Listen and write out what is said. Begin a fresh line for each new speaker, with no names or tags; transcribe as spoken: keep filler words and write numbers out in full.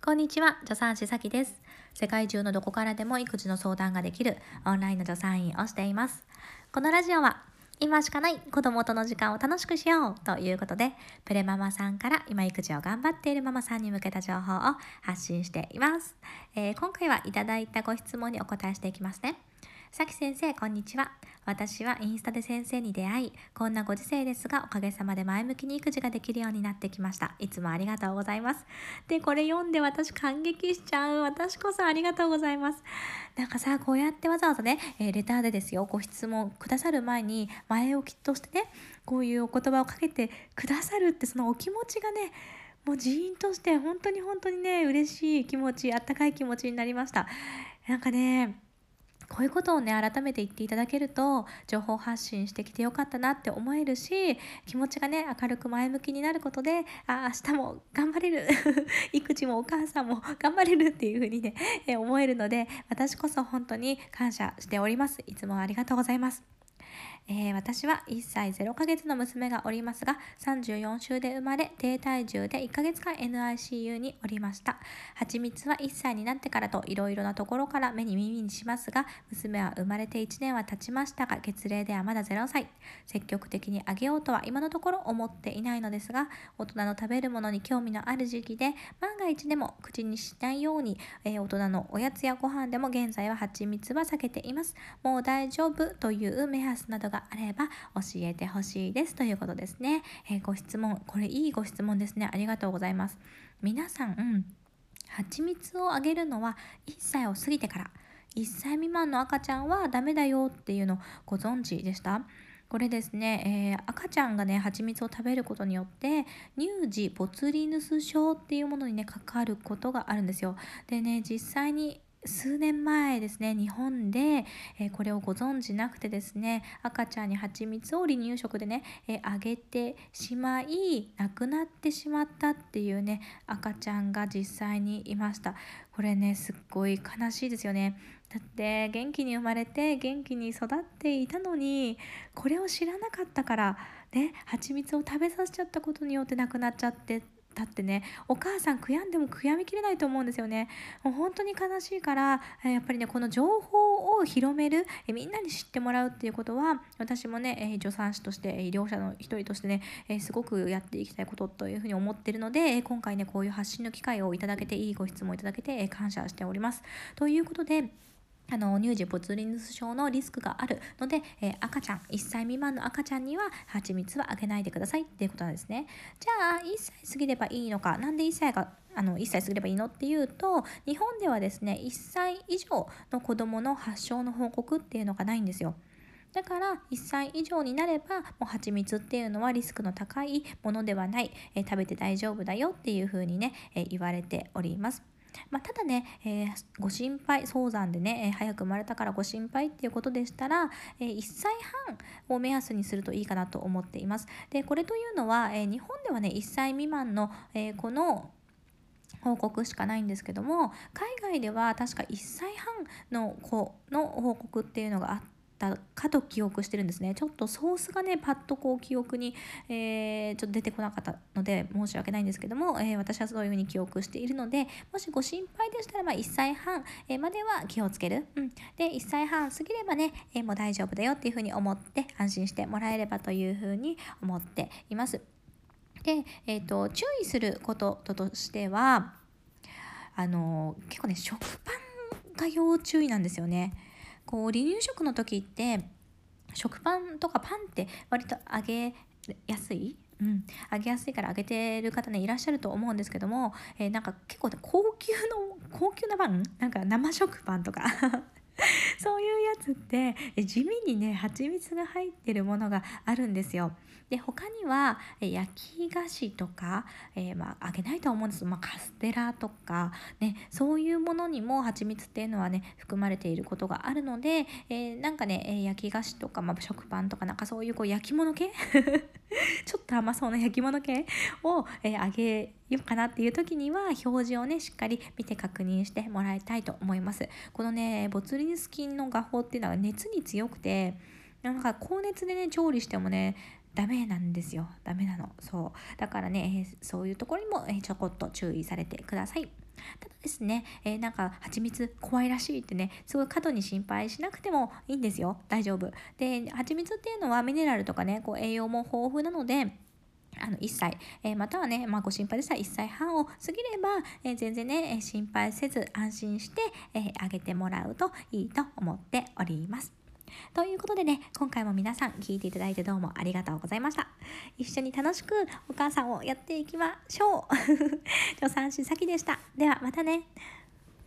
こんにちは、助産師さきです。世界中のどこからでも育児の相談ができるオンラインの助産院をしています。このラジオは今しかない子供との時間を楽しくしようということで、プレママさんから今育児を頑張っているママさんに向けた情報を発信しています。えー、今回はいただいたご質問にお答えしていきますね。さき先生、こんにちは。私はインスタで先生に出会い、こんなご時世ですが、おかげさまで前向きに育児ができるようになってきました。いつもありがとうございます。で、これ読んで私感激しちゃう。私こそありがとうございます。なんかさ、こうやってわざわざね、えーレターでですよ、ご質問くださる前に、前置きとしてね、こういうお言葉をかけてくださるって、そのお気持ちがね、もうジーンとして本当に本当にね、嬉しい気持ち、あったかい気持ちになりました。なんかね、こういうことをね、改めて言っていただけると、情報発信してきてよかったなって思えるし、気持ちがね、明るく前向きになることで、あ、明日も頑張れる。育児もお母さんも頑張れるっていう風にね、え思えるので、私こそ本当に感謝しております。いつもありがとうございます。えー私はいっさいゼロかげつの娘がおりますが、さんじゅうよん週で生まれ、低体重でいっかげつかん エヌアイシーユー におりました。はちみつはいっさいになってからといろいろなところから目に耳にしますが、娘は生まれていちねんは経ちましたが、月齢ではまだゼロさい。積極的にあげようとは今のところ思っていないのですが、大人の食べるものに興味のある時期で、万が一でも口にしないように、えー大人のおやつやご飯でも現在ははちみつは避けています。もう大丈夫という目安などがあれば教えてほしいですということですね。えーご質問、これいいご質問ですね。ありがとうございます。皆さん、うん、蜂蜜をあげるのはいっさいを過ぎてから、いっさい未満の赤ちゃんはダメだよっていうのご存知でした？これですね、えー赤ちゃんがね、蜂蜜を食べることによって、乳児ボツリヌス症っていうものにね、かかることがあるんですよ。でね、実際に数年前ですね、日本で、えーこれをご存知なくてですね、赤ちゃんに蜂蜜を離乳食でね、えーあげてしまい、亡くなってしまったっていうね、赤ちゃんが実際にいました。これね、すっごい悲しいですよね。だって元気に生まれて元気に育っていたのに、これを知らなかったからね、蜂蜜を食べさせちゃったことによって亡くなっちゃってだってね、お母さん悔やんでも悔やみきれないと思うんですよね。もう本当に悲しいから、えやっぱりね、この情報を広める、えみんなに知ってもらうっていうことは、私もね、え助産師として、え医療者の一人としてね、えすごくやっていきたいことというふうに思っているので、え今回ね、こういう発信の機会をいただけて、いいご質問いただけて、え感謝しております。ということで、あの乳児ボツリヌス症のリスクがあるので、えー赤ちゃんいっさい未満の赤ちゃんには蜂蜜はあげないでくださいっていうことなんですね。じゃあいっさい過ぎればいいのか、なんでいっさいがあのいっさい過ぎればいいのっていうと、日本ではですねいっさい以上の子どもの発症の報告っていうのがないんですよ。だからいっさい以上になれば、もう蜂蜜っていうのはリスクの高いものではない、えー食べて大丈夫だよっていうふうにね、えー言われております。まあ、ただね、えーご心配、早産でね、えー早く生まれたからご心配っていうことでしたら、えーいっさいはんを目安にするといいかなと思っています。で、これというのは、えー日本ではね、いっさい未満の、えー子の報告しかないんですけども、海外では確かいっさいはんの子の報告っていうのがあったかと記憶してるんですね。ちょっとソースがねパッとこう記憶に、えーちょっと出てこなかったので申し訳ないんですけども、えー私はそういうふうに記憶しているので、もしご心配でしたら、まあ、いっさいはんえーまでは気をつける、うん、でいっさいはん過ぎればね、えーもう大丈夫だよっていうふうに思って安心してもらえればというふうに思っています。で、えーと、注意することとしては、あの結構ね、食パンが要注意なんですよね。こう離乳食の時って食パンとかパンって割と揚げやすい、うん、揚げやすいから揚げてる方ねいらっしゃると思うんですけども、えーなんか結構ね高級の高級なパン、なんか生食パンとかそういうやつってえ地味にね蜂蜜が入ってるものがあるんですよ。で他にはえ焼き菓子とか、えーまあ、揚げないとは思うんですけど、まあ、カステラとか、ね、そういうものにも蜂蜜っていうのはね含まれていることがあるので、えーなんかね、えー焼き菓子とか、まあ、食パンとかなんかそういうこう焼き物系ちょっと甘そうな焼き物系を、えー、揚げようかなっていう時には表示をねしっかり見て確認してもらいたいと思います。このねボツリヌス菌の画法っていうのは熱に強くて、なんか高熱でね調理してもねダメなんですよ。ダメなの。そうだからね、えーそういうところにも、えーちょこっと注意されてください。 ただですね、えーなんか蜂蜜怖いらしいってね、すごい過度に心配しなくてもいいんですよ。大丈夫。で、蜂蜜っていうのはミネラルとかね、こう栄養も豊富なので、あのいっさい、えーまたはね、まあ、ご心配でしたらいっさいはんを過ぎれば、えー全然ね、えー心配せず安心して、えーあげてもらうといいと思っております。ということでね、今回も皆さん聞いていただいてどうもありがとうございました。一緒に楽しくお母さんをやっていきましょう。助産師さきでした。ではまたね。